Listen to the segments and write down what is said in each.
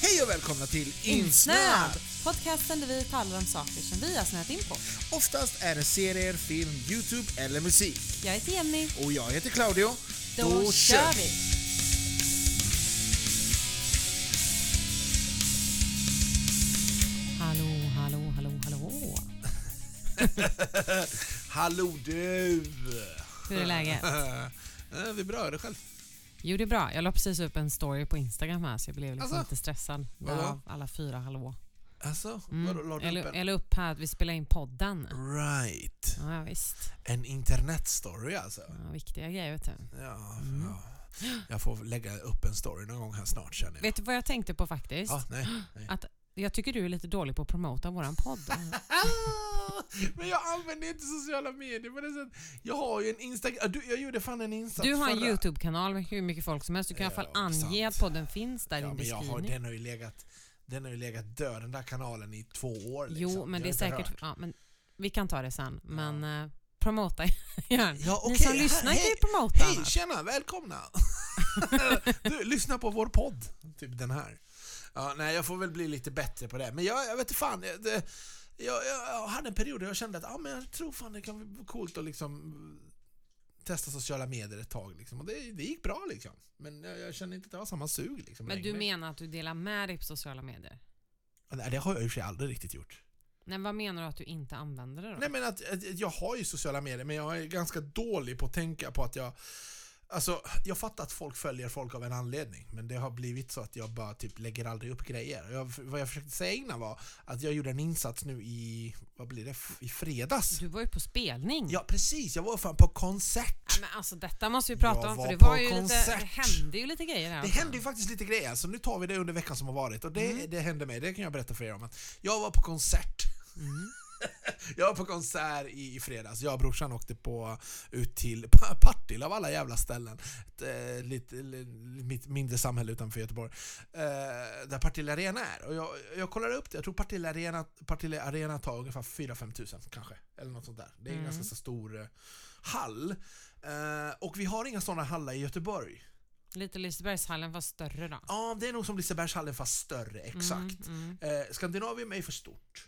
Hej och välkomna till Insnöad! Podcasten där vi talar om saker som vi har snöat in på. Oftast är det serier, film, YouTube eller musik. Jag heter Jenny. Och jag heter Claudio. Då kör vi! Hallå, hallå, hallå, hallå. Hallå du! Hur är läget? Det är bra, är det själv? Jo, det är bra. Jag la precis upp en story på Instagram här så jag blev Alltså? lite stressad. Av alla 4 hallå. Alltså, vadå, la du upp en? Jag la upp här att vi spelar in podden. Right. Ja, visst. En internetstory alltså. Ja, viktiga grejer, vet du. Ja. Jag får lägga upp en story någon gång här snart, känner jag. Vet du vad jag tänkte på faktiskt? Ja, nej. Att jag tycker du är lite dålig på att promota våran podd. Men jag använder inte sociala medier på det sättet. Jag har ju en Instagram. Jag gjorde fan en insats. Du har en förra. YouTube-kanal med hur mycket folk som helst. Du kan i alla fall ange att podden finns där i din beskrivning. Den har ju legat död, den där kanalen, i 2 år. Liksom. Jo, men det är säkert... Ja, men vi kan ta det sen. Men promota gärna. Ja, okay. Ni som lyssnar kan ju promota. Hej, tjena, välkomna. Du, lyssna på vår podd. Typ den här. Ja, nej, jag får väl bli lite bättre på det. Men jag vet inte fan... Jag hade en period där jag kände att men jag tror fan det kan vara coolt att liksom testa sociala medier ett tag liksom. Och det gick bra liksom. Men jag kände inte att det var samma sug liksom. Men längre. du menar att du delar med dig på sociala medier? Nej, det har jag ju för sig aldrig riktigt gjort. Nej, vad menar du att du inte använder det då? Nej, men att jag har ju sociala medier, men jag är ganska dålig på att tänka på att jag fattar att folk följer folk av en anledning, men det har blivit så att jag bara typ lägger aldrig upp grejer. Vad jag försökte säga innan var att jag gjorde en insats nu i fredags. Du var ju på spelning. Ja, precis. Jag var fan på konsert. Ja, men alltså detta måste vi prata om, för det hände ju lite grejer här. Det hände ju faktiskt lite grejer, så nu tar vi det under veckan som har varit. Och det hände mig, det kan jag berätta för er om. Att jag var på konsert. Jag var på konsert i fredags. Jag och brorsan åkte ut till Partille av alla jävla ställen. Ett mindre samhälle utanför Göteborg. Där Partille Arena är. Och jag kollade upp det. Jag tror Partille Arena tar ungefär 4-5 tusen kanske. Eller något sånt där. Det är en ganska så stor hall. Och vi har inga sådana hallar i Göteborg. Lite Lisebergshallen var större då. Ja, det är nog som Lisebergshallen fast större, exakt. Skandinavien är för stort.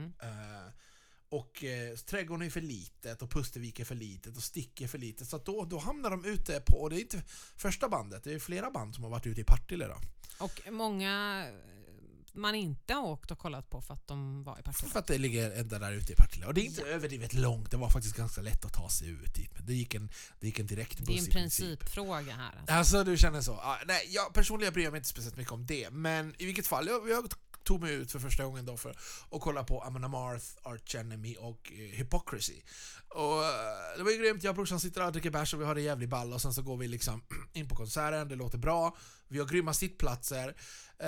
Och Trädgården är för litet och Pustervik är för litet och Stick är för litet. Så att då hamnar de ute på, och det är inte första bandet, det är flera band som har varit ute i Partille då. Och många man inte har åkt och kollat på för att de var i Partille. För att det ligger ända där ute i Partille. Och det är inte överdrivet långt, det var faktiskt ganska lätt att ta sig ut dit. Men det gick en direkt buss. Det är en principfråga här. Alltså du känner så? Nej, jag personligen bryr mig inte speciellt mycket om det. Men i vilket fall, jag tog mig ut för första gången då för att kolla på Amon Amarth, Arch Enemy och Hypocrisy. Och det var ju grymt. Jag och brorsan sitter där och dricker bärs och vi har det jävligt ball. Och sen så går vi liksom in på konserten, det låter bra. Vi har grymma sittplatser.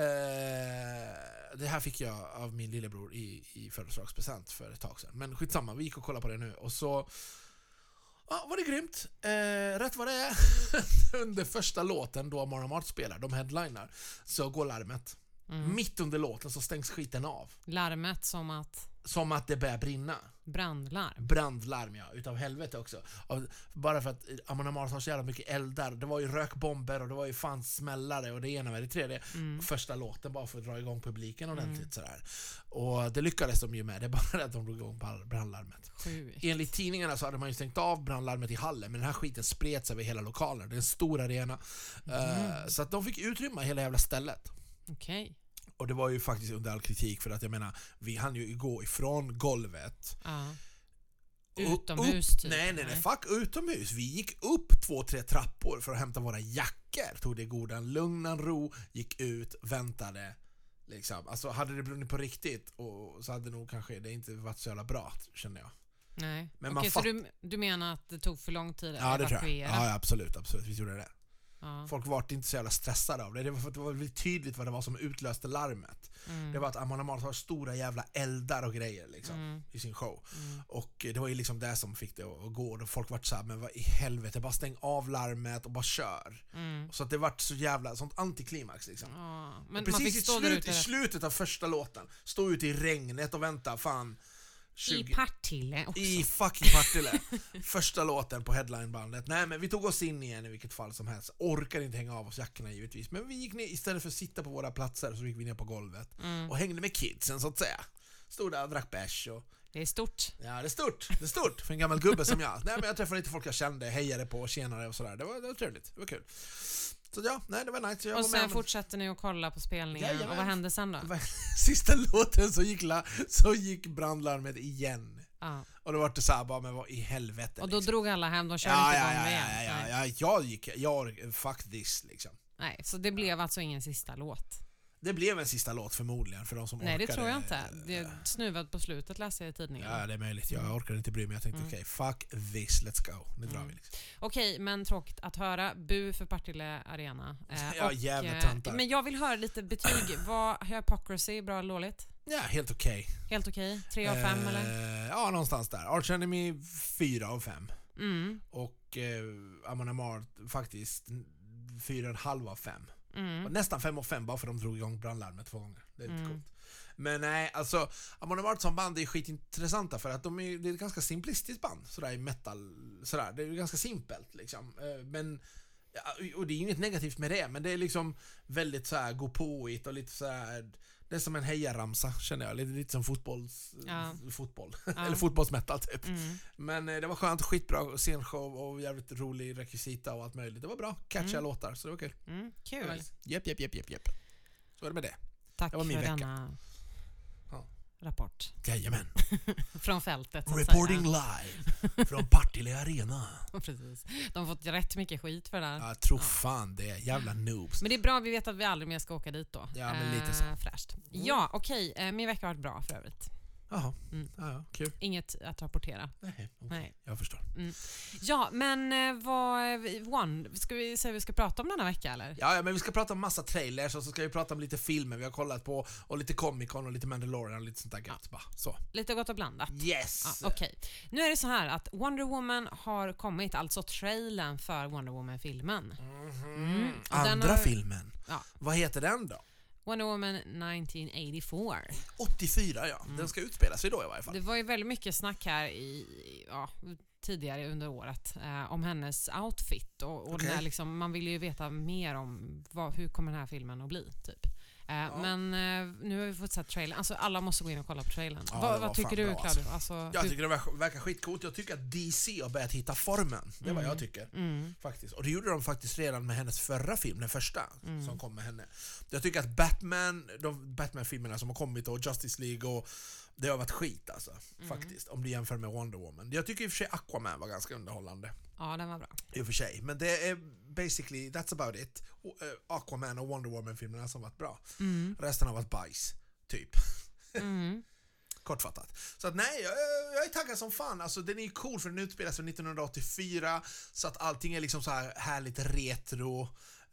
Det här fick jag av min lillebror i födelsedagspresent för ett tag sedan. Men skitsamma, vi gick och kollade på det nu. Och så var det grymt. Rätt vad det är. Under första låten då Amon Amarth spelar, de headliner, så går larmet. Mitt under låten så stängs skiten av. Larmet som att det börjar brinna. Brandlarm, ja. Utav helvete också. Bara för att Amon Amarth har så jävla mycket eldar. Det var ju rökbomber och det var ju fan smällare och det ena med det tredje. Första låten bara för att dra igång publiken ordentligt sådär. Och det lyckades de ju med. Det är bara att de drog igång på brandlarmet. Sjukt. Enligt tidningarna så hade man ju stängt av brandlarmet i hallen, men den här skiten spreds över hela lokalen. Det är en stor arena. Så att de fick utrymma hela jävla stället. Okej. Och det var ju faktiskt under all kritik, för att jag menar, vi hann ju gå ifrån golvet. Utomhus typ. Nej, fuck utomhus. Vi gick upp 2-3 trappor för att hämta våra jackor. Tog det godan lugnan ro, gick ut, väntade. Liksom. Alltså hade det brunnit på riktigt och så hade nog kanske det inte varit så jävla bra, känner jag. Nej. Okej, så du menar att det tog för lång tid att evakuera? Det tror jag. Ja, absolut. Vi gjorde det. Ja. Folk var inte så jävla stressade av det. Det var för att det var väldigt tydligt vad det var som utlöste larmet. Det var att Amon Amarth har stora jävla eldar och grejer liksom, i sin show. Och det var ju liksom det som fick det att gå. Och folk var så här, men vad i helvete, bara stäng av larmet och bara kör. Så att det var så jävla sånt antiklimax liksom. Men precis i slutet av första låten, stå ute i regnet och vänta, fan I Partille också. I fucking Partille. Första låten på headlinebandet. Nej, men vi tog oss in igen i vilket fall som helst. Orkade inte hänga av oss jackorna givetvis. Men vi gick ner, istället för att sitta på våra platser så gick vi ner på golvet. Och hängde med kidsen så att säga. Stod där och drack bärs och... Det är stort. Ja, det är stort för en gammal gubbe som jag. Nej, men jag träffade lite folk jag kände, hejade på, tjenare och sådär. Det var trevligt, det var kul. Så ja, nej, det var nice. Och sen fortsatte ni att kolla på spelningen. Och vad hände sen då? Sista låten så gick brandlarmet igen. Ja. Och då var det så här, bara, men vad i helvete. Och då liksom. drog alla hem, de körde inte igång igen. Jag fuck this liksom. Nej, så det blev alltså ingen sista låt. Det blev en sista låt förmodligen för de som orkade. Nej, det tror jag inte. Det snuvat på slutet läste jag i tidningen. Ja, det är möjligt. Jag orkade inte bry mig. Jag tänkte okej, fuck this, let's go. Nu drar vi liksom. Okej, men tråkigt att höra. Bu för Partille Arena. Ja, jävla töntar. Men jag vill höra lite betyg. Vad Hypocrisy, bra eller dåligt? Ja, helt okej. Helt okej. 3 av 5 eller? Ja, någonstans där. Arch Enemy 4 av 5. Och Amon Amarth faktiskt 4,5 av 5. Och nästan 5 av 5 bara för de drog igång brandlarmet 2 gånger. Det är lite coolt. Men nej, alltså Amon Amarth som band är skitintressanta för att det är ett ganska simplistiskt band sådär i metal sådär. Det är ganska simpelt liksom. Men och det är inget negativt med det, men det är liksom väldigt så här gå på it och lite så här. Det är som en hejaramsa känner jag, lite som fotboll eller fotbollsmetal typ. Men det var skönt, skitbra scenshow och jävligt rolig rekvisita och allt möjligt. Det var bra, catchiga låtar, så det var kul. Kul. Nice. Japp. Så är det med det. Tack det var för min vecka. denna rapport. Jajamän. Från fältet. Reporting live från Partille Arena. Precis. De har fått rätt mycket skit för det där. Jag tror fan det är jävla noobs. Men det är bra, vi vet att vi aldrig mer ska åka dit då. Ja, men lite så. Fräscht. Ja, okej. Min vecka har varit bra för övrigt. Jaha, ja, kul. Inget att rapportera. Nej. Jag förstår. Ja, men ska vi säga vi ska prata om denna vecka eller? Ja, men vi ska prata om massa trailers och så ska vi prata om lite filmer vi har kollat på och lite Comic Con och lite Mandalorian och lite sånt där gött. Så. Lite gott och blandat. Yes! Ja, okej. Nu är det så här att Wonder Woman har kommit, alltså trailern för Wonder Woman-filmen. Andra filmen. Ja. Vad heter den då? Wonder Woman 1984. 84, ja. Den ska utspela sig då i varje fall. Det var ju väldigt mycket snack här tidigare under året om hennes outfit och den här, liksom, man vill ju veta mer om hur kommer den här filmen att bli typ. Men nu har vi fått sett trailern. Alltså alla måste gå in och kolla på trailern. Vad tycker du, Claudio? Alltså, jag tycker det verkar skitcoolt. Jag tycker att DC har börjat hitta formen. Det är vad jag tycker. Faktiskt. Och det gjorde de faktiskt redan med hennes förra film, den första som kom med henne. Jag tycker att de Batman-filmerna som har kommit och Justice League och det har varit skit alltså, faktiskt, om du jämför med Wonder Woman. Jag tycker i och för sig Aquaman var ganska underhållande. Ja, den var bra. I och för sig, men det är basically, that's about it. Aquaman och Wonder Woman-filmerna som varit bra. Resten har varit bajs, typ. Kortfattat. Så att nej, jag är taggad som fan. Alltså den är ju cool för den utspelas från 1984 så att allting är liksom så här härligt retro.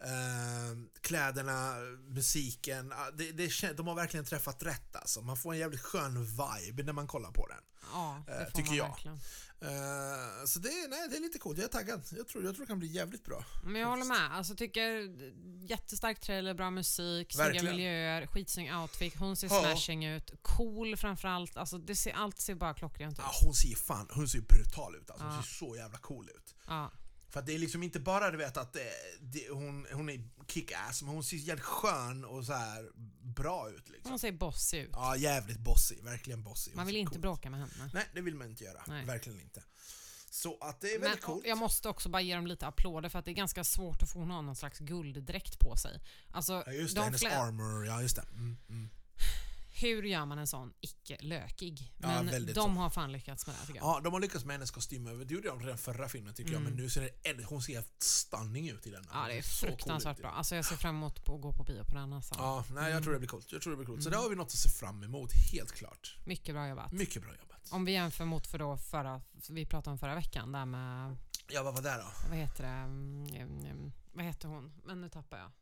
Kläderna, musiken, de har verkligen träffat rätt alltså. Man får en jävligt skön vibe när man kollar på den. Ja, det får tycker man jag. Verkligen. Så det är lite coolt. Jag är taggad. Jag tror det kan bli jävligt bra. Men jag håller med. Alltså tycker jättestark trailer, bra musik, snygga miljöer, skitsnygg outfit. Hon ser smashing ut, cool framförallt. Alltså allt ser bara klockrent ut. Ja, hon ser brutal ut alltså. Hon ser så jävla cool ut. Ja. För att det är liksom inte bara du vet att hon är kick-ass, men hon ser jävligt skön och så här bra ut liksom. Hon ser bossy ut. Ja, jävligt bossy, verkligen bossy. Man vill inte bråka med henne. Nej, det vill man inte göra. Nej. Verkligen inte. Så att det är väldigt coolt. Jag måste också bara ge dem lite applåder för att det är ganska svårt att få någon slags gulddräkt på sig. Alltså, ja, just det, hennes armor, ja just det. Hur gör man en sån icke-lökig? Men de har fan lyckats med det tycker jag. Ja, de har lyckats med hennes kostym över. Det gjorde de redan förra filmen tycker jag. Men nu ser hon ser helt stunning ut i den. Ja, det är fruktansvärt bra. Alltså jag ser fram emot att gå på bio på den. Alltså. Ja, nej, jag tror det blir coolt. Så där har vi något att se fram emot, helt klart. Mycket bra jobbat. Mycket bra jobbat. Om vi jämför mot vi pratade om förra veckan där med... Ja, vad var det då? Vad heter det? Vad heter hon? Men nu tappar jag.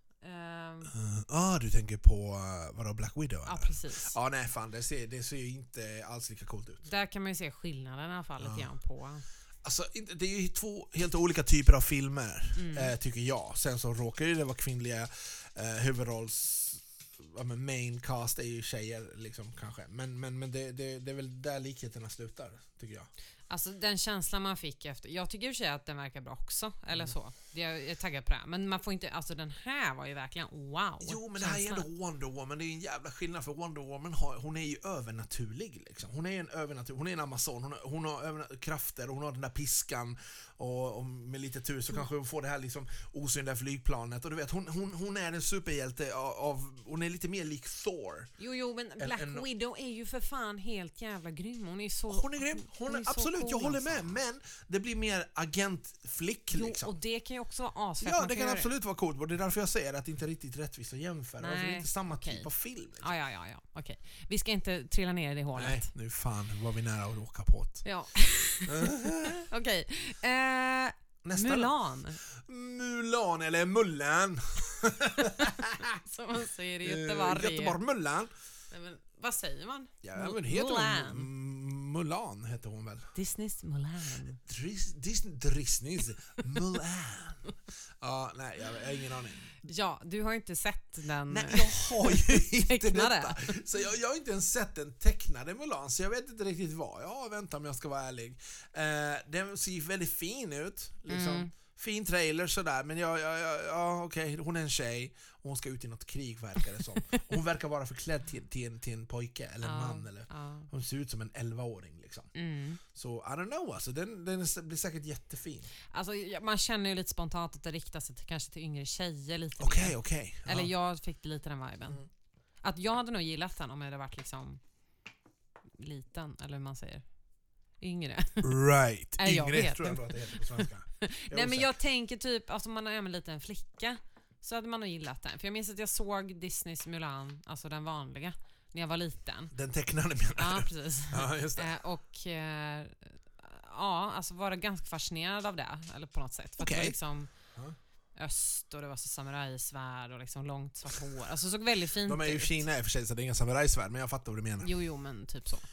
Du tänker på vadå, Black Widow? Ja, precis. Ja, nej fan, det ser ju inte alls lika coolt ut. Där kan man ju se skillnaden i alla fall lite grann på. Alltså, det är ju 2 helt olika typer av filmer, tycker jag. Sen så råkar det vara kvinnliga main cast är ju tjejer liksom kanske. Men det är väl där likheterna slutar, tycker jag. Alltså den känslan man fick efter, jag tycker i och för sig att den verkar bra också, eller så. Jag är taggad på det. Men man får inte, alltså den här var ju verkligen wow. Jo, men det här är ändå Wonder Woman, det är en jävla skillnad, för Wonder Woman hon är ju övernaturlig liksom. Hon är en amazon, hon har krafter, hon har den där piskan och med lite tur så kanske hon får det här liksom osynliga flygplanet, och du vet hon är en superhjälte hon är lite mer lik Thor. Jo, men Black Widow är ju för fan helt jävla grym. Hon är grym. Hon är absolut cool, jag håller med, alltså. Men det blir mer agentflick liksom. Och det kan ju också vara asfett. Ja, det kan absolut vara coolt, och det är därför jag säger att det inte är riktigt rättvist att jämföra. Nej, det är inte samma typ av film liksom. Ja, okej. Vi ska inte trilla ner i det hålet. Nej, nu fan var vi nära att råka på det. Ja. Okej. Nästa Mulan eller Mullan. Som man säger i Göteborg. Mullan. Men vad säger man? Ja, men heter Mulan heter hon väl? Disneys Mulan. Disneys Mulan. Ja, nej, jag har ingen aning. Ja, du har inte sett den. Nej, jag har ju inte detta. Så jag har inte ens sett den tecknade Mulan, så jag vet inte riktigt vad. Ja, vänta om jag ska vara ärlig. Den ser väldigt fin ut, liksom. Fin trailer sådär, men okej, hon är en tjej och hon ska ut i något krig, verkar det som. Hon verkar vara förklädd till en pojke eller en man, eller hon ser ut som en 11-åring liksom. Så I don't know, alltså den blir säkert jättefin. Alltså man känner ju lite spontant att det riktar sig kanske till yngre tjejer lite. Okej. Ja. Eller jag fick lite den viben. Att jag hade nog gillat den om jag hade varit liksom liten, eller hur man säger. Yngre. Right. Yngre tror jag att det heter på svenska. Nej, men jag tänker typ, alltså man är en liten flicka, så hade man nog gillat den. För jag minns att jag såg Disneys Mulan, alltså den vanliga, när jag var liten. Den tecknade menar du? Ja, precis. Ja, just det. Alltså var ganska fascinerad av det, eller på något sätt. För att det var liksom öst och det var så samurajsvärd och liksom långt svart hår. Alltså såg väldigt fint ut. De är ju i Kina i och för sig, så det är inga samurajsvärd, men jag fattar vad du menar. Jo, men typ så.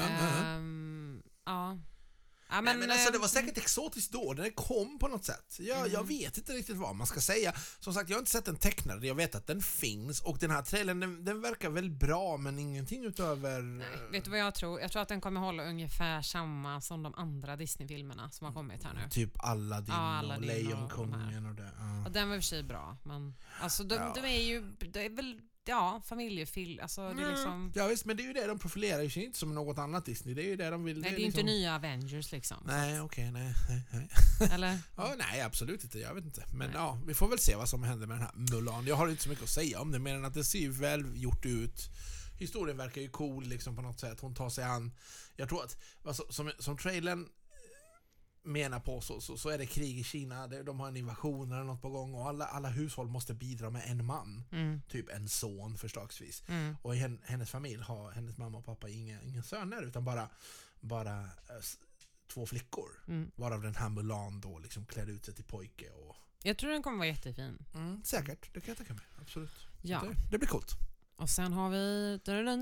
Ja. Ja, men alltså det var säkert exotiskt då, det kom på något sätt. Jag vet inte riktigt vad man ska säga. Som sagt, jag har inte sett den tecknade, jag vet att den finns. Och den här trailern, den verkar väl bra, men ingenting utöver... Nej, vet du vad jag tror? Jag tror att den kommer hålla ungefär samma som de andra Disney-filmerna som har kommit här nu. Typ Aladdin och Lejonkungen och det. Ja. Och den var i och för sig bra, men alltså de är ju, det är väl familjefilm, alltså det är liksom... Ja visst, men det är ju det de profilerar ju inte som något annat Disney. Det är ju det de vill. Nej, det är liksom... inte nya Avengers liksom. Nej, okej, nej. Eller? Ja, nej, absolut inte. Jag vet inte. Men ja, vi får väl se vad som händer med den här Mulan. Jag har inte så mycket att säga om det, mer än att det ser ju väl gjort ut. Historien verkar ju cool liksom på något sätt. Hon tar sig an. Jag tror att som trailern menar på så är det krig i Kina, de har en invasion eller något på gång, och alla hushåll måste bidra med en man, typ en son förslagsvis, och i hennes familj har hennes mamma och pappa inga söner, utan bara 2 flickor, varav den här Mulan då liksom klädd ut sig till pojke. Och... Jag tror den kommer vara jättefin. Säkert, det kan jag tänka mig, absolut. Ja. Det blir coolt. Och sen har vi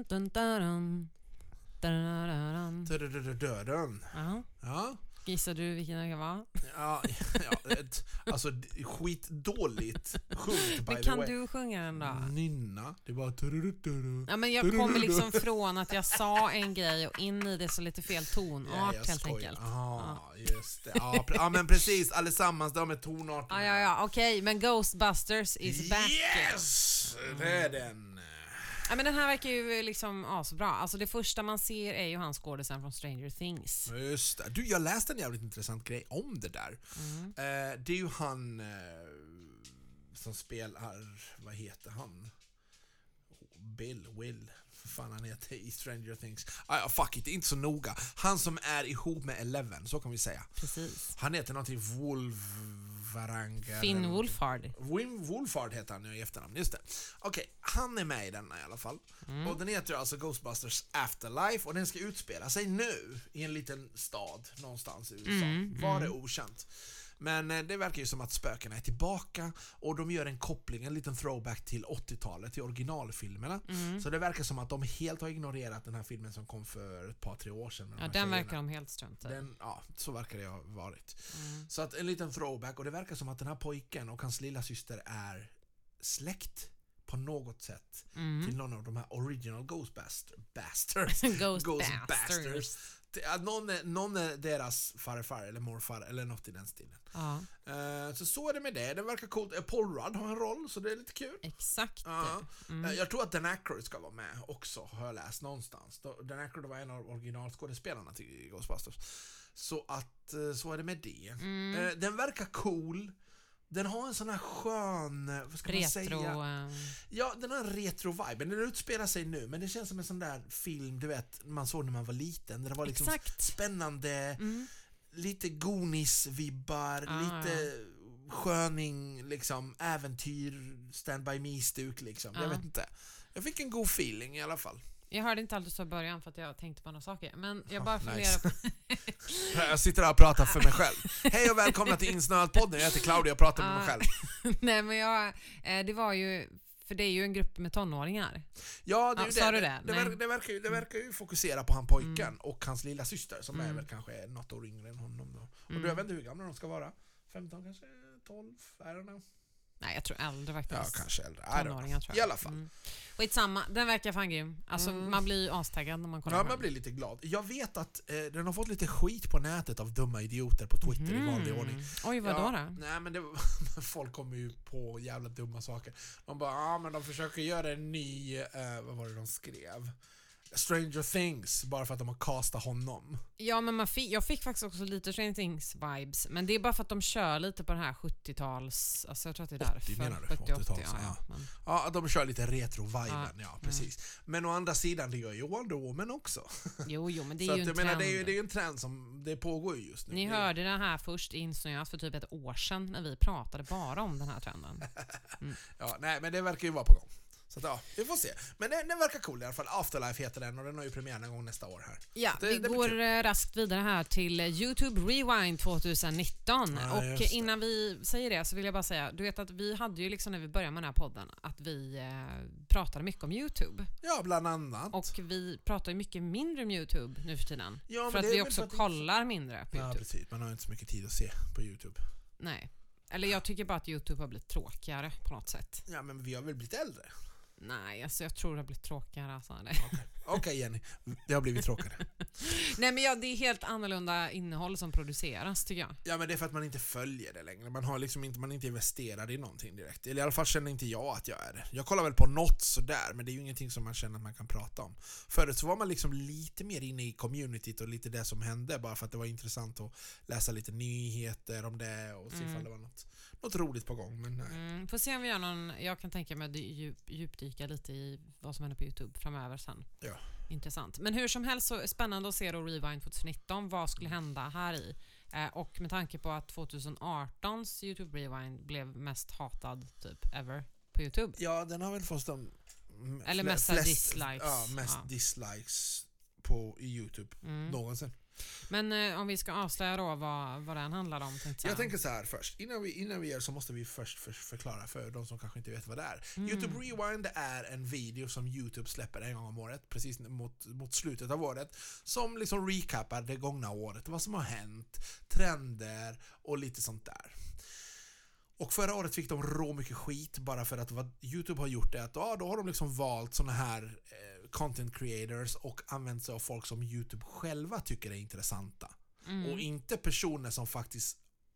Döden. Ja. Gissar du vilken det kan vara? Ja, alltså skitdåligt sjungt, by men the way. kan du sjunga den då? Nynna, det var... Ja, men jag kommer liksom från att jag sa en grej och in i det så lite fel tonart, helt enkelt. Just det. Ja, men precis, allesammans, de är tonarterna. Ja, okej, men Ghostbusters is back. Yes! Det är den. Ja, men den här verkar ju liksom så bra. Alltså det första man ser är ju hans skådespelaren från Stranger Things. Just det. Du, jag läste en jävligt intressant grej om det där. Det är ju han som spelar, vad heter han? Will, fan han heter i Stranger Things. Fuck it, inte så noga. Han som är ihop med Eleven, så kan vi säga. Precis. Han heter någonting Wolfvaranga. Finn Wolfhard. Wolfhard heter han i efternamn, just det. Okej, han är med i den i alla fall. Och den heter alltså Ghostbusters Afterlife, och den ska utspela sig nu i en liten stad någonstans i USA. Var det okänt. Men det verkar ju som att spökena är tillbaka, och de gör en koppling, en liten throwback till 80-talet, till originalfilmerna. Så det verkar som att de helt har ignorerat den här filmen som kom för ett par 3 år sedan. Ja, den verkar de helt strunt. Ja, så verkar det ha varit. Så att en liten throwback, och det verkar som att den här pojken och hans lilla syster är släkt på något sätt till någon av de här original Ghostbusters. Någon är deras farfar eller morfar eller något i den stilen. Ja. Så är det med det. Det verkar coolt. Paul Rudd har en roll, så det är lite kul. Exakt. Jag tror att Dan Aykroyd ska vara med också, har jag läst någonstans. Dan Aykroyd var en av originalskådespelarna till Ghostbusters. Så att så är det med det. Den verkar cool. Den har en sån här skön, vad ska man säga? Ja, den har en retro-vibe. Den utspelar sig nu, men det känns som en sån där film, du vet, man såg när man var liten. Det var liksom spännande, lite Goonies-vibbar, lite sköning, liksom, äventyr, Stand By Me-stuk, liksom. Jag vet inte. Jag fick en god feeling i alla fall. Jag hörde inte alltid så i början för att jag tänkte på några saker. Men jag bara funderar på... Jag sitter här och pratar för mig själv. Hej och välkomna till Insnöat-podden. Jag heter Claudia och pratar med mig själv. Nej, men det var ju... För det är ju en grupp med tonåringar. Ja, det är ju sa du det? Det verkar ju fokusera på han pojken och hans lilla syster som är väl kanske något år yngre än honom då. Och jag vet inte hur gamla de ska vara. 15 kanske? 12? I don't know. Nej, jag tror äldre faktiskt. Ja, kanske äldre. Tonåringar, tror jag. I alla fall. Skitsamma, den verkar fan grym. Alltså, man blir ju astaggad när man kollar på den. Man blir lite glad. Jag vet att den har fått lite skit på nätet av dumma idioter på Twitter i vanlig ordning. Oj, vad då? Nej, men folk kommer ju på jävla dumma saker. De bara, men de försöker göra en ny, vad var det de skrev? Stranger Things, bara för att de har castat honom. Ja, men jag fick faktiskt också lite Stranger Things vibes, men det är bara för att de kör lite på den här 70-tals, alltså jag tror att det är därför. 80 menar du? 80-tals, ja, de kör lite retro-viben, ja, precis. Men å andra sidan, det gör ju Wonder Woman också. Jo, men det är ju en trend. Det är ju en trend som det pågår just nu. Ni hörde den här först insnöat för typ ett år sedan när vi pratade bara om den här trenden. Ja, nej, men det verkar ju vara på gång. Så ja, vi får se. Men den verkar cool i alla fall. Afterlife heter den och den har ju premiär någon gång nästa år här. Ja, vi går raskt vidare här till YouTube Rewind 2019. Ja, och innan vi säger det så vill jag bara säga, du vet att vi hade ju liksom när vi började med den här podden att vi pratade mycket om YouTube. Ja, bland annat. Och vi pratar ju mycket mindre om YouTube nu för tiden. Ja, för att vi också kollar mindre på YouTube. Ja, precis. Man har inte så mycket tid att se på YouTube. Nej. Eller jag tycker bara att YouTube har blivit tråkigare på något sätt. Ja, men vi har väl blivit äldre. Nej, alltså jag tror det har blivit tråkigare. Alltså. Okej, Jenny. Det har blivit tråkigare. Nej, men det är helt annorlunda innehåll som produceras, tycker jag. Ja, men det är för att man inte följer det längre. Man har liksom inte, man inte investerar i någonting direkt. Eller i alla fall känner inte jag att jag är det. Jag kollar väl på något sådär, men det är ju ingenting som man känner att man kan prata om. Förut så var man liksom lite mer inne i communityt och lite det som hände, bara för att det var intressant att läsa lite nyheter om det och se ifall det var något roligt på gång, men nej. Får se om vi gör någon, jag kan tänka mig att djupdyka lite i vad som händer på YouTube framöver sen. Ja. Intressant. Men hur som helst så spännande att se då Rewind 2019, vad skulle hända här i. Och med tanke på att 2018s YouTube Rewind blev mest hatad typ ever på YouTube. Ja, den har väl fått eller mest dislikes. Ja, dislikes på YouTube någonsin. Men om vi ska avslöja då vad den handlar om. Jag tänker så här först. Innan vi gör så måste vi först förklara för de som kanske inte vet vad det är. YouTube Rewind är en video som YouTube släpper en gång om året, precis mot slutet av året, som liksom recapar det gångna året, vad som har hänt, trender och lite sånt där. Och förra året fick de rå mycket skit bara för att vad YouTube har gjort är att då har de liksom valt såna här content creators och använt sig av folk som YouTube själva tycker är intressanta. Och inte personer som faktiskt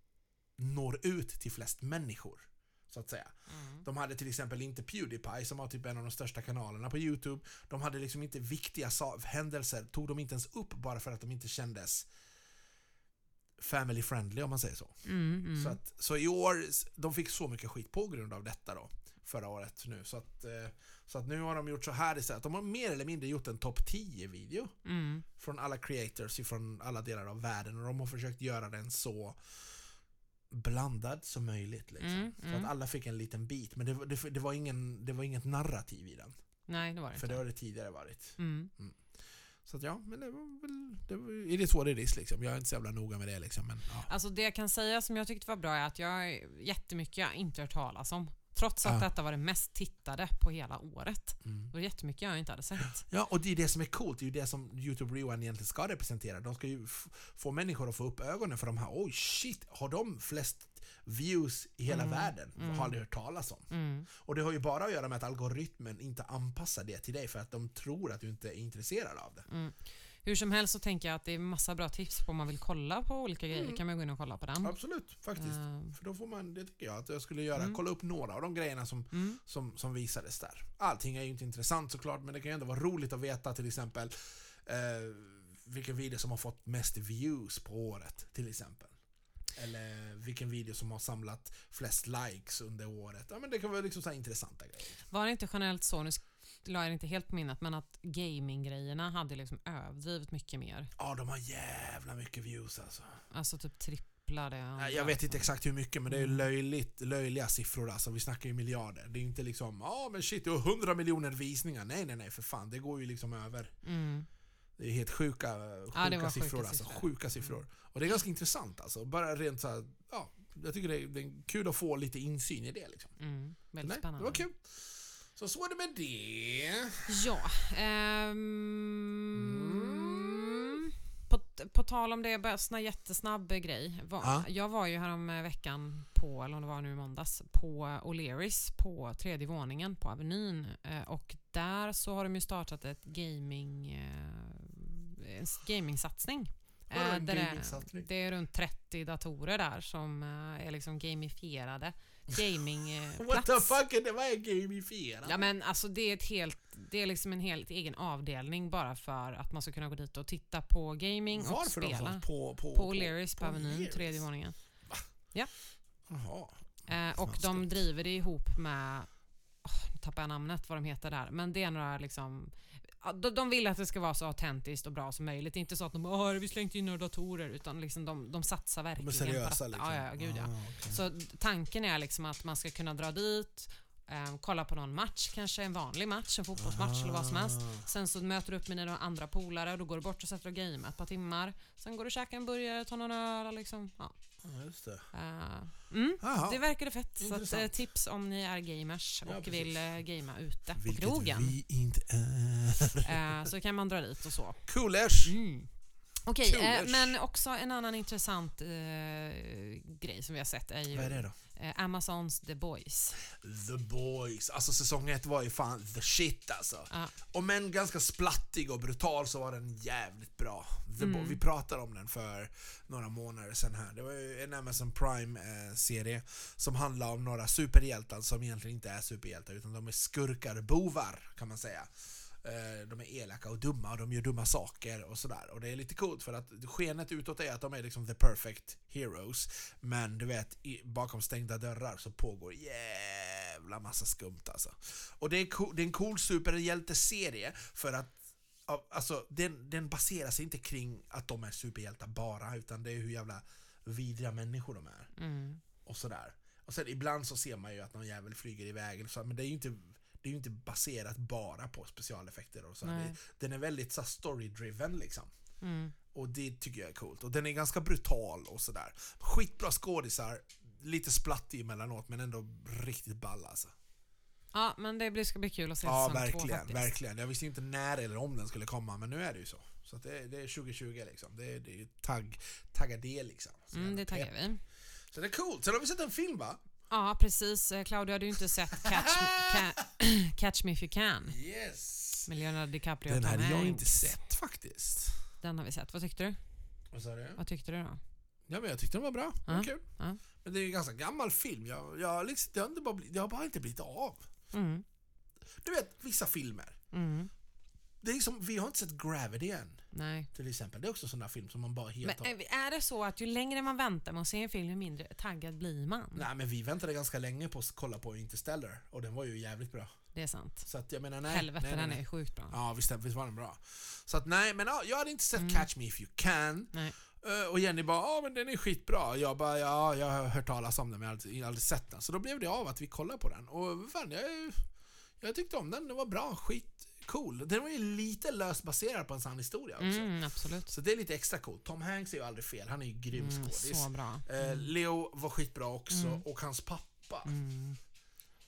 når ut till flest människor, så att säga. De hade till exempel inte PewDiePie som var typ en av de största kanalerna på YouTube. De hade liksom inte viktiga händelser, tog de inte ens upp bara för att de inte kändes family friendly, om man säger så. Så i år, de fick så mycket skit på grund av detta då, förra året nu. Så att nu har de gjort så här istället. De har mer eller mindre gjort en topp 10-video från alla creators från alla delar av världen, och de har försökt göra den så blandad som möjligt liksom. Så att alla fick en liten bit, men det var inget narrativ i den. Nej, det var det för inte. Det har det tidigare varit. Så att ja, men det var är det så det är liksom. Jag är inte så jävla noga med det liksom, men ja. Alltså det jag kan säga som jag tyckte var bra är att jag jättemycket inte hört talas om. Trots att detta var det mest tittade på hela året. Det var jättemycket jag inte hade sett. Ja, och det är det som är coolt. Det är ju det som YouTube Rewind egentligen ska representera. De ska ju få människor att få upp ögonen för de här. Oj, shit, har de flest views i hela världen? Har aldrig hört talas om. Och det har ju bara att göra med att algoritmen inte anpassar det till dig för att de tror att du inte är intresserad av det. Hur som helst så tänker jag att det är massa bra tips på om man vill kolla på olika grejer. Kan man gå in och kolla på den? Absolut, faktiskt. För då får man, det tycker jag att jag skulle göra, kolla upp några av de grejerna som visades där. Allting är ju inte intressant såklart, men det kan ju ändå vara roligt att veta till exempel vilken video som har fått mest views på året till exempel. Eller vilken video som har samlat flest likes under året. Ja, men det kan vara liksom så här intressanta grejer. Var det inte generellt så, nu la jag inte helt på minnet, men att gaming-grejerna hade liksom överdrivet mycket mer? Ja, de har jävla mycket views alltså. Alltså typ tripplade. Jag vet inte exakt hur mycket, men det är ju löjliga siffror alltså. Vi snackar ju miljarder. Det är inte liksom, men shit, du har 100 miljoner visningar. Nej, för fan. Det går ju liksom över. Det är helt sjuka siffror alltså. Sjuka siffror. Och det är ganska intressant alltså. Bara rent så här, jag tycker det är kul att få lite insyn i det liksom. Väldigt spännande. Det var kul. Så var det med det. Ja. På tal om det, bara en jättesnabb grej. Jag var ju här om veckan på, eller om det var nu i måndags, på O'Learys på 3:e våningen på Avenyn. Och där så har de ju startat ett gaming-satsning. Det är runt 30 datorer där som är liksom gamifierade gamingplats. What the fuck är det? Vad är gamifierat? Ja, men alltså det är liksom en helt egen avdelning bara för att man ska kunna gå dit och titta på gaming. Varför och spela. På O'Learys på Avenyn, 3:e våningen. Va? Ja. Jaha. Och de driver det ihop med, nu tappar jag namnet vad de heter där, men det är några liksom, de vill att det ska vara så autentiskt och bra som möjligt. Inte så att vi slängt in några datorer, utan liksom de satsar verkligen de är seriösa, på liksom. Okay. Så tanken är liksom att man ska kunna dra dit, kolla på någon match, kanske en vanlig match, en fotbollsmatch eller vad som helst. Sen så möter du upp med dina andra polare och då går du bort och sätter och game ett par timmar. Sen går du och käkar en burgare, tar någon öl liksom. Ja. Just det. Det verkade fett. Så att, tips om ni är gamers och vill gamea ute på krogen. Vi inte är. Så kan man dra dit och så. Coolers. Okej, men också en annan intressant grej som vi har sett är ju, vad är det då? Amazons The Boys. The Boys. Alltså säsong 1 var ju fan the shit alltså. Och men ganska splattig och brutal så var den jävligt bra. Vi pratade om den för några månader sedan här. Det var ju en Amazon Prime-serie som handlar om några superhjältar som egentligen inte är superhjältar utan de är skurkar, bovar kan man säga. De är elaka och dumma och de gör dumma saker och sådär. Och det är lite coolt för att skenet utåt är att de är liksom the perfect heroes. Men du vet, bakom stängda dörrar så pågår jävla massa skumt alltså. Och det är en cool superhjälteserie för att alltså, den baserar sig inte kring att de är superhjältar bara, utan det är hur jävla vidriga människor de är. Och sådär. Och sen ibland så ser man ju att någon jävel flyger iväg så, men det är ju inte baserat bara på specialeffekter och så. Den är väldigt så story-driven liksom. Och det tycker jag är coolt. Och den är ganska brutal och sådär. Skitbra skådisar, lite splattig emellanåt, men ändå riktigt ball alltså. Ja, men det ska bli kul att se säsong 2 faktiskt. Ja, verkligen. Jag visste inte när eller om den skulle komma, men nu är det ju så. Så att det är 2020 liksom. Det är tagga det liksom. Det taggar vi. Så det är coolt. Sen har vi sett en film, va? Ja, precis. Claudia hade ju inte sett Catch Me If You Can. Yes. Med Leonardo DiCaprio. Den hade jag inte sett faktiskt. Den har vi sett. Vad tyckte du? Vad sa du? Vad tyckte du då? Ja, men jag tyckte den var bra. Det var kul. Men det är ju en ganska gammal film. Det har bara inte blivit av. Du vet, vissa filmer. Det är som, vi har inte sett Gravity än. Nej. Till exempel. Det är också sådana film som man bara helt men är det så att ju längre man väntar med att se en film, ju mindre taggad blir man? Nej, men vi väntade ganska länge på att kolla på Interstellar. Och den var ju jävligt bra. Det är sant. Så att jag menar, nej. Helvete, den är sjukt bra. Ja, visst var den bra. Så att nej, men jag hade inte sett Catch Me If You Can. Nej. Och Jenny bara, men den är skitbra. Jag bara, jag har hört talas om den, men jag har aldrig sett den. Så då blev det av att vi kollade på den. Och fan, jag tyckte om den. Den var bra, cool. Den var ju lite löst baserad på en sann historia också. Absolut. Så det är lite extra cool. Tom Hanks är ju aldrig fel. Han är ju grym skådis. Så bra. Leo var skitbra också. Och hans pappa.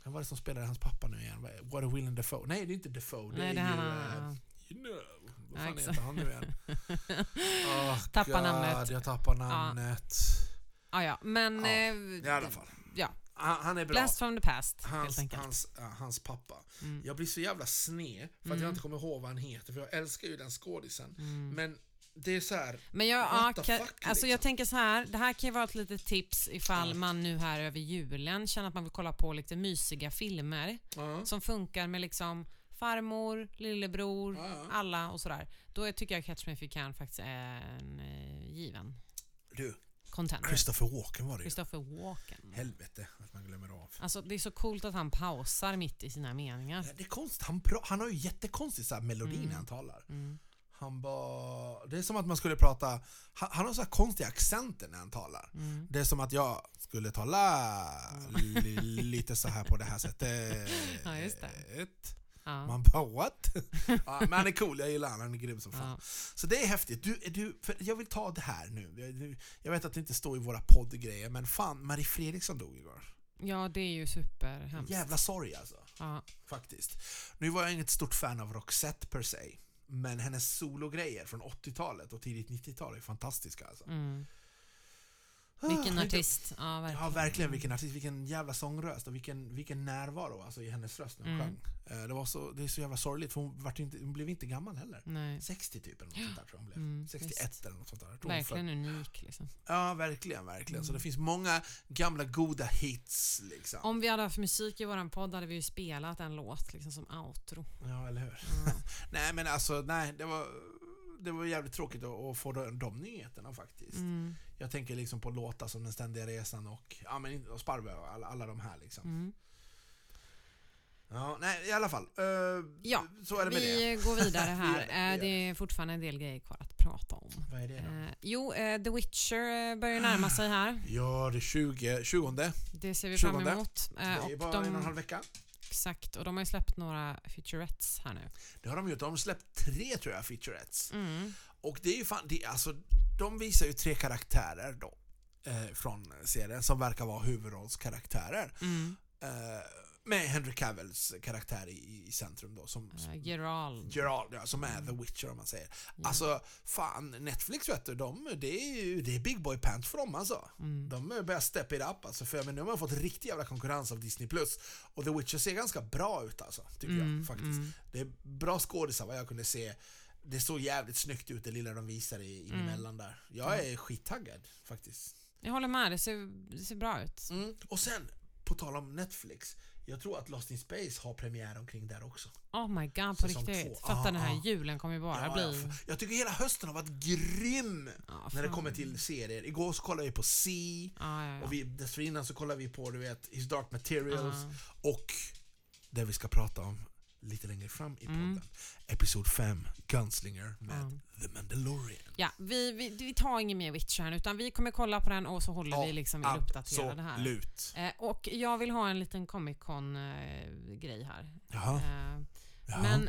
Vem var det som spelade hans pappa nu igen? Var det Willem Dafoe? Nej, det är inte Dafoe. Nej, det är vad fan heter han nu igen? Tappar namnet. Jag tappar namnet. Ja, men... I alla fall. Ja. Han är bra. Blast from the past, helt enkelt. Hans pappa. Jag blir så jävla sned för att jag inte kommer ihåg vad han heter, för jag älskar ju den skådisen. Men det är så här. Men alltså jag tänker så här, det här kan ju vara ett litet tips ifall man nu här över julen känner att man vill kolla på lite mysiga filmer som funkar med liksom farmor, lillebror, alla och sådär. Då tycker jag Catch Me If You Can faktiskt är en given. Contender. Christopher Walken var det ju. Christopher Walken. Helvete att man glömmer av. Alltså det är så coolt att han pausar mitt i sina meningar. Ja, det är konstigt. Han har ju jättekonstigt så här melodi när han talar. Han bara... Det är som att man skulle prata... Han har så här konstiga accenter när han talar. Det är som att jag skulle tala lite så här på det här sättet. Ja, just det. Man bara, what? Men han är cool, jag gillar han är grym som fan. Så det är häftigt. För jag vill ta det här nu. Jag vet att det inte står i våra poddgrejer, men fan, Marie Fredriksson dog igår. Ja, det är ju superhemskt. Jävla sorg alltså. Faktiskt. Nu var jag inget stort fan av Roxette per se, men hennes sologrejer från 80-talet och tidigt 90-tal är fantastiska alltså. Vilken artist. Ja, verkligen. Ja, verkligen vilken artist, vilken jävla sångröst och vilken närvaro alltså i hennes röst när hon sjöng. Det är så jävla sorgligt för hon blev inte gammal heller. Nej. 60 typ eller något sånt där tror jag hon blev. 61 eller något sånt där. Verkligen unik liksom. Ja, verkligen. Så det finns många gamla goda hits liksom. Om vi hade haft musik i våran podd hade vi ju spelat en låt liksom som outro. Ja, eller hur? Nej, men alltså, det var jävligt tråkigt att få de nyheterna faktiskt. Jag tänker liksom på låtar som Den ständiga resan och Sparve och alla de här liksom. Ja, nej, i alla fall. Så är det med det. Vi går vidare här. Det är fortfarande en del grejer kvar att prata om. Vad är det då? The Witcher börjar närma sig här. Ja, det är 20. Det ser vi fram emot. Det är bara 1,5 vecka. Exakt, och de har ju släppt några featurettes här nu. Det har de gjort. De har släppt 3 tror jag featurettes. Och det är ju fan, alltså, de visar ju 3 karaktärer då från serien som verkar vara huvudrollskaraktärer. Med Henry Cavills karaktär i centrum då som Geralt, ja, som är The Witcher om man säger. Alltså fan, Netflix vet du, det är big boy pants för dem alltså. De börjar step it up alltså, för nu har man fått riktig jävla konkurrens av Disney Plus och The Witcher ser ganska bra ut alltså, tycker jag faktiskt. Det är bra skådisar vad jag kunde se. Det såg jävligt snyggt ut det lilla de visar emellan där. Jag är skittaggad faktiskt. Jag håller med, det ser bra ut. Och sen, på tal om Netflix, jag tror att Lost in Space har premiär omkring där också. Oh my god, på riktigt. Fatta den här julen kommer ju bara bli... Jag tycker hela hösten har varit grym när det kommer till serier. Igår så kollade vi på C och dessförinnan så kollade vi på, du vet, His Dark Materials och det vi ska prata om lite längre fram i podden. Episod 5, Gunslinger med The Mandalorian. Ja, vi tar ingen mer Witcher här, utan vi kommer kolla på den och så håller vi liksom uppdaterade här. Absolut. Och jag vill ha en liten Comic-Con-grej här. Jaha. Men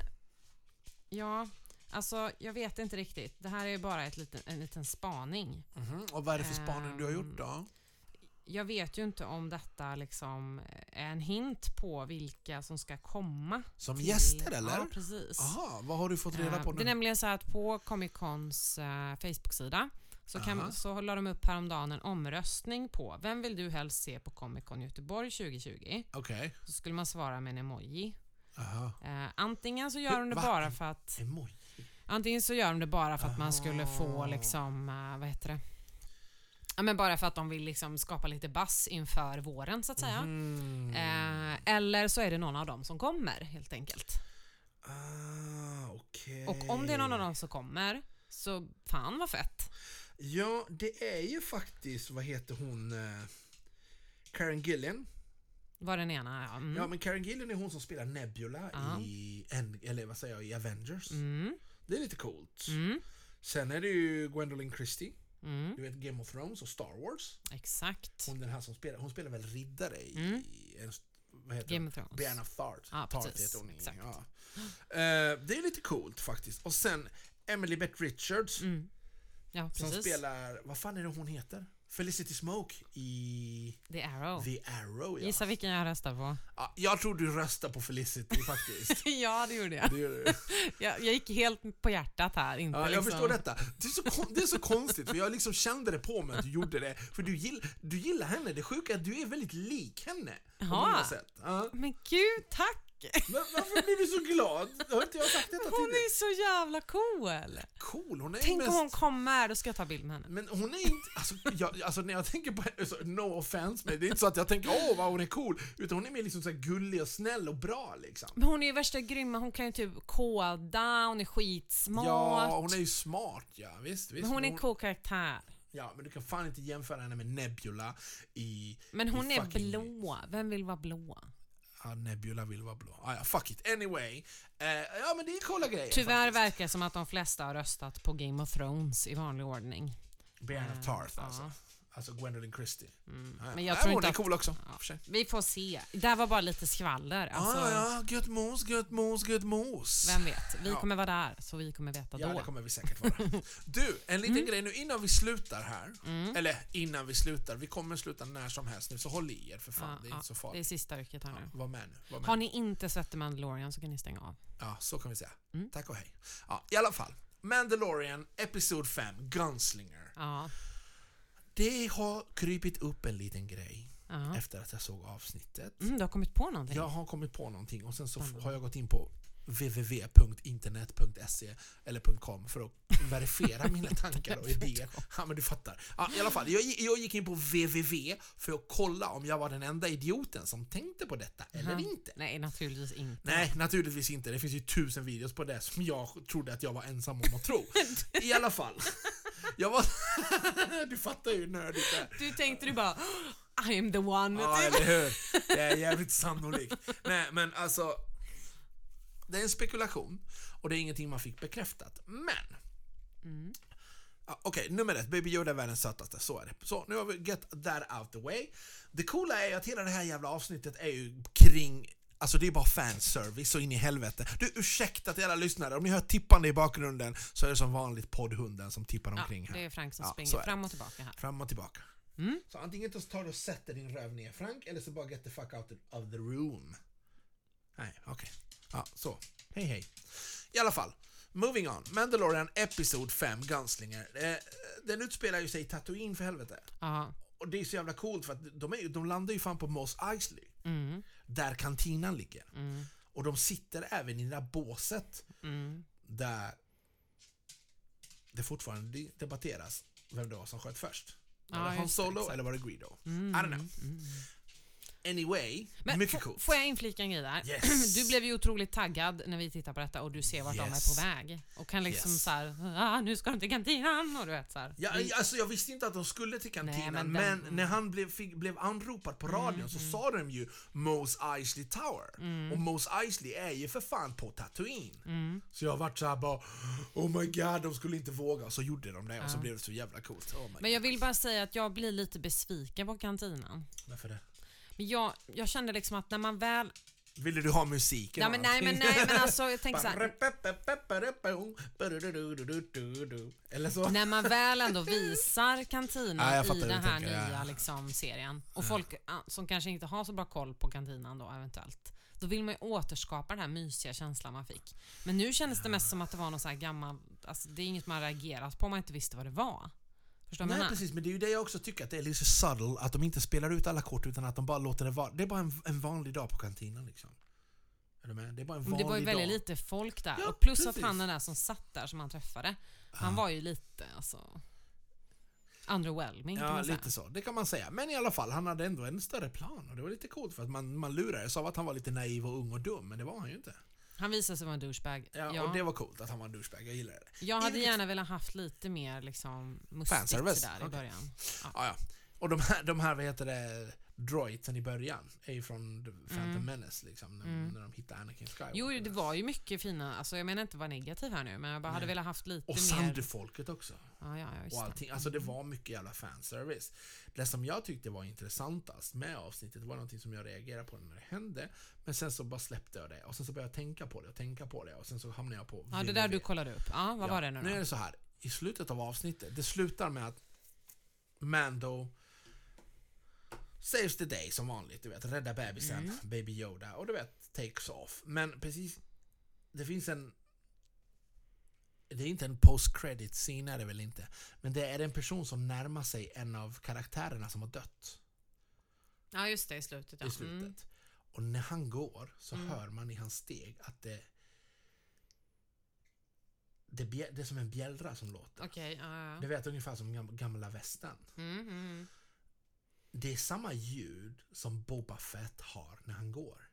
alltså jag vet inte riktigt. Det här är bara en liten spaning. Och vad är det för spaning du har gjort då? Jag vet ju inte om detta liksom är en hint på vilka som ska komma. Som gäster eller? Ja, precis. Aha, vad har du fått reda på nu? Det är nämligen så att på Comic-Cons Facebook-sida så la de upp häromdagen en omröstning på vem vill du helst se på Comic-Con Göteborg 2020? Okej. Så skulle man svara med en emoji. Aha. Antingen så gör de det bara för att... Emoji? Antingen så gör de det bara för att man skulle få liksom, vad heter det? Ja, men bara för att de vill liksom skapa lite buzz inför våren så att säga. Eller så är det någon av dem som kommer helt enkelt. Okay. Och om det är någon av dem som kommer så fan vad fett. Ja, det är ju faktiskt, vad heter hon? Karen Gillan. Var den ena, ja. Ja, men Karen Gillan är hon som spelar Nebula i Avengers. Det är lite coolt. Sen är det ju Gwendolyn Christie. Du vet Game of Thrones och Star Wars. Exakt. Hon den här som spelar, hon spelar väl riddare i vad heter Game of Thrones. Brienne of Tarth. Ja, Tarth heter hon. Exakt. Ja. Det är lite coolt faktiskt. Och sen Emily Beth Richards. Ja, precis. Som spelar, vad fan är det hon heter? Felicity Smoke i The Arrow. The Arrow, ja. Gissa vilken jag röstar på. Ja, jag tror du röstar på Felicity faktiskt. Ja, det gjorde jag. Det gör du. Jag gick helt på hjärtat här. Inte Ja, jag liksom. förstår detta. Det är så konstigt, för jag liksom kände det på mig att du gjorde det. För du gillar henne. Det sjuka är att du är väldigt lik henne. På många sätt. Ja. Men gud, tack! Men varför blir du så glad? Har inte jag sagt detta Hon tidigare? är så jävla cool. Cool, hon är Tänk mest... om hon kommer, då ska jag ta bild med henne. Men hon är inte, alltså när jag tänker på henne, så, no offense, men det är inte så att jag tänker vad hon är cool, utan hon är mer liksom så här gullig och snäll och bra liksom. Men hon är ju värsta grymma, hon kan ju typ koda, hon är skitsmart. Ja, hon är ju smart, ja, visst. Men hon är en cool karaktär. Ja, men du kan fan inte jämföra henne med Nebula i... Men hon i är fucking... blå, vem vill vara blå? Ja, Nebula vill vara blå. Ja, fuck it. Anyway. Ja, men det är coola grejer. Tyvärr verkar det som att de flesta har röstat på Game of Thrones i vanlig ordning. Brienne of Tarth, alltså. Ja. Alltså Gwendolyn Christie. Ja. Men jag tror hon inte är att... cool också. Ja. Vi får se. Det var bara lite skvaller. Alltså, Ja, gött mos. vem vet? Vi kommer vara där, så vi kommer veta Ja, då. det kommer vi säkert vara. Du, en liten grej nu innan vi slutar här. Eller innan vi slutar. Vi kommer sluta när som helst nu, så håll i er för fan. Det är inte så farligt. Det är sista rycket här nu. Var med nu. Har ni inte sett The Mandalorian så kan ni stänga av. Ja, så kan vi säga. Tack och hej. Ja, i alla fall. Mandalorian, episod 5, Gunslinger. Ja. Det har krypit upp en liten grej Ja. efter att jag såg avsnittet. Du har kommit på någonting? Jag har kommit på någonting och sen så har jag gått in på www.internet.se eller .com för att verifiera mina tankar och idéer. Ja, men du fattar. Ja, i alla fall, jag gick in på www för att kolla om jag var den enda idioten som tänkte på detta eller inte. Nej, naturligtvis inte. Nej, naturligtvis inte. Det finns ju 1000 videos på det som jag trodde att jag var ensam om att tro. I alla fall. Jag var... Du fattar ju nördigt där. Du tänkte du bara I am the one. Ja, eller hur? Det är jävligt sannolikt. Nej, men alltså det är en spekulation och det är ingenting man fick bekräftat. Men okej, nummer 1, Baby Yoda är världens sötaste, så är det. Så nu har vi get that out the way. Det coola är att hela det här jävla avsnittet är ju kring, alltså det är bara fanservice så in i helvete. Du, ursäkta till alla lyssnare, om ni hör tippande i bakgrunden så är det som vanligt poddhunden som tippar omkring här. Det är Frank som Ja, springer fram och tillbaka här. Fram och tillbaka. Så antingen tar du och sätter din röv ner, Frank, eller så bara get the fuck out of the room. Nej, okej. Ja, så. Hej. I alla fall, moving on. Mandalorian episod 5, Gunslinger. Den utspelar ju sig i Tatooine för helvete. Ja. Och det är så jävla coolt för att de landar ju fan på Mos Eisley. Där kantinan ligger. Och de sitter även i det där båset där det fortfarande debatteras vem det var som sköt först. Var det Han Solo eller var det Greedo? I don't know. Anyway, Men mycket coolt. Får jag inflika en grej där? Yes. Du blev ju otroligt taggad när vi tittar på detta och du ser vart de är på väg. Och kan liksom så här, nu ska de till kantinan och du vet så här. Ja, alltså jag visste inte att de skulle till kantinan. Nej, men när han blev anropad på radion så sa de ju Mos Eisley Tower. Och Mos Eisley är ju för fan på Tatooine. Så jag har varit så här bara, oh my god, de skulle inte våga. Och så gjorde de det och så blev det så jävla coolt. Men jag vill bara säga att jag blir lite besviken på kantinan. Varför det? Men jag kände liksom att när man väl... Ville du ha musiken? Ja, men nej, men alltså jag tänker så här, eller så. när man väl ändå visar kantinan i den här tänker, nya liksom, serien och folk som kanske inte har så bra koll på kantinan då eventuellt, då vill man ju återskapa den här mysiga känslan man fick. Men nu kändes det mest som att det var någon så här gammal, alltså det är inget man reagerat på om man inte visste vad det var. Nej, precis, men det är ju det jag också tycker att det är lite subtle att de inte spelar ut alla kort utan att de bara låter det vara. Det är bara en vanlig dag på kantinen liksom. Är du med? Det är bara en vanlig dag. Det var ju väldigt lite folk där. Ja, och plus precis. att han den där som satt där som han träffade, han var ju lite alltså underwhelming kan man säga. Lite så. Det kan man säga. Men i alla fall, han hade ändå en större plan och det var lite coolt för att man lurades av att han var lite naiv och ung och dum, men det var han ju inte. Han visade sig vara en douchebag. Ja, och det var coolt att han var en douchebag. Jag gillar det. Jag hade gärna velat haft lite mer liksom mustigt där i början. Ja. Och de här vad heter det, droidsen i början är ju från The Phantom Menace liksom, när de hittar Anakin Skywalker. Jo, det var ju mycket fina, alltså jag menar inte vara negativ här nu, men jag bara hade velat haft lite och mer. Och Sanderfolket också. Ja, Och allting. Alltså det var mycket jävla fanservice. Det som jag tyckte var intressantast med avsnittet var någonting som jag reagerade på när det hände, men sen så bara släppte jag det och sen så började jag tänka på det och sen så hamnade jag på Ja, det där du kollade upp. Ja, vad var det nu då? Nu är det så här, i slutet av avsnittet, det slutar med att Mando saves the day som vanligt, du vet, rädda bebisen, Baby Yoda, och du vet, takes off. Men precis, det finns det är inte en post-credit scene, är det väl inte, men det är en person som närmar sig en av karaktärerna som har dött. Ja, just det, i slutet. Ja. I slutet. Och när han går så hör man i hans steg att det är som en bjällra som låter. Okej, ja. Det vet ungefär som gamla västern. Det är samma ljud som Boba Fett har när han går.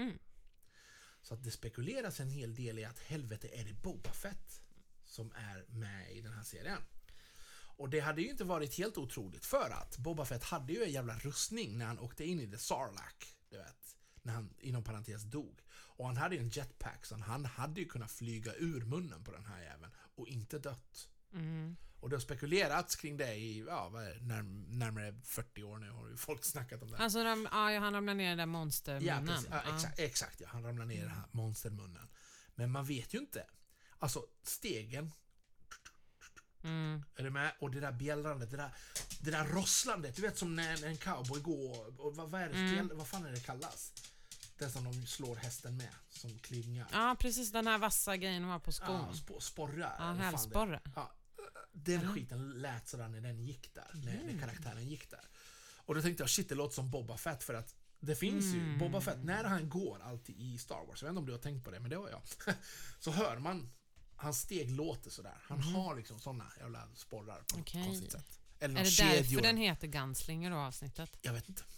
Så att det spekuleras en hel del i att helvete är det Boba Fett som är med i den här serien. Och det hade ju inte varit helt otroligt, för att Boba Fett hade ju en jävla rustning när han åkte in i The Sarlacc, du vet, när han inom parentes dog. Och han hade ju en jetpack, så han hade ju kunnat flyga ur munnen på den här jäveln och inte dött. Och det har spekulerats kring det i närmare 40 år nu, har ju folk snackat om det. Alltså han ramlar ner i den där monstermunnen. Exakt, han ramlar ner i den här monstermunnen. Men man vet ju inte. Alltså stegen, är du med? Och det där bjällrandet, det där rosslandet, du vet, som när en cowboy går, och vad är det, vad fan är det kallas? Det som de slår hästen med, som klingar. Ja, precis, den här vassa grejen var på skon. Ja, sporrar. Ja, hälsporre. Ja, den skiten lät sådär när den gick där, när karaktären gick där. Och då tänkte jag, shit, det låter som Boba Fett, för att det finns ju Boba Fett, när han går alltid i Star Wars, jag vet inte om du har tänkt på det, men det var jag. Så hör man hans steg låter sådär. Han har liksom såna jävla sporrar på något konstigt sätt. Eller är det kedjor. Därför den heter Gunslinger då, avsnittet? Jag vet inte.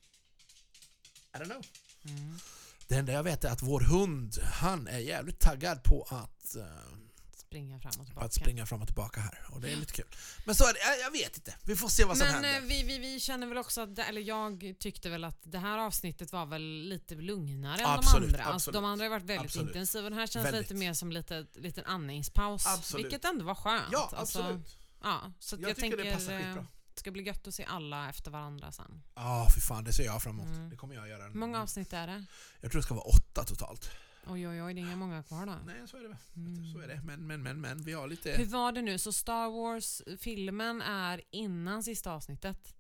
I don't know. Det enda jag vet är att vår hund, han är jävligt taggad på att springa fram och tillbaka här. Och det är lite kul. Men så är det, jag vet inte. Vi får se vad som händer. Men vi känner väl också att, eller jag tyckte väl att det här avsnittet var väl lite lugnare än de andra. Alltså, de andra har varit väldigt intensiva. Den här känns lite mer som liten andningspaus. Vilket ändå var skönt. Ja, absolut. Så jag tycker det passar skitbra. Det ska bli gött att se alla efter varandra sen. Ja, för fan, det ser jag fram emot. Det kommer jag göra. Hur många avsnitt är det? Jag tror det ska vara 8 totalt. Oj, det är inga många kvar då. Nej, så är det. Så är det. Men vi har lite... Hur var det nu? Så Star Wars-filmen är innan sista avsnittet?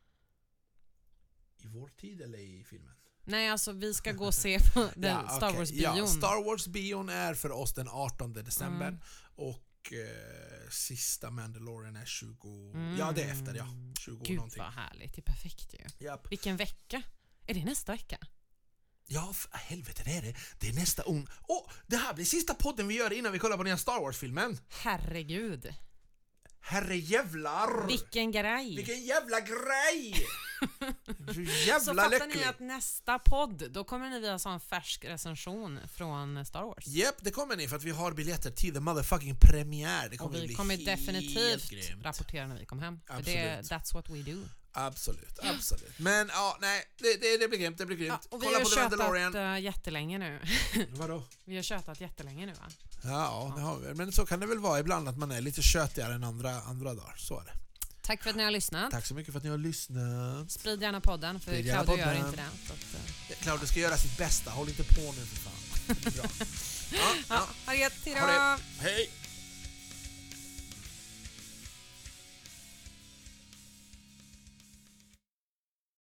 I vår tid eller i filmen? Nej, alltså vi ska gå och se på den Star Wars-bion. Ja, Star Wars-bion är för oss den 18 december. Och sista Mandalorian är 20... Ja, det är efter, 20 Gud, någonting. Vad härligt, det är perfekt ju. Japp. Vilken vecka? Är det nästa vecka? Ja, helvete, det är det. Det är nästa det här blir sista podden vi gör innan vi kollar på den här Star Wars-filmen. Herregud. Herrejävlar. Vilken jävla grej. Jävla så fattar lycklig. Ni att nästa podd, då kommer ni via en färsk recension från Star Wars. Japp, det kommer ni, för att vi har biljetter till the motherfucking premiär. Det kommer och vi bli kommer definitivt grymt. Rapportera när vi kommer hem. Absolut. För that's what we do. Absolut. Men det blir grymt, Ja, och vi har tjötat jättelänge nu. Vadå? Vi har tjötat jättelänge nu, va? Ja, det har vi. Men så kan det väl vara ibland, att man är lite tjötigare än andra dagar. Så är det. Tack för att ni har lyssnat. Tack så mycket för att ni har lyssat. Sprid gärna podden, för Claudio gör inte det. Claudio ska göra sitt bästa. Håll inte på nu, för fan. Det är bra. Ha det gött. Hej.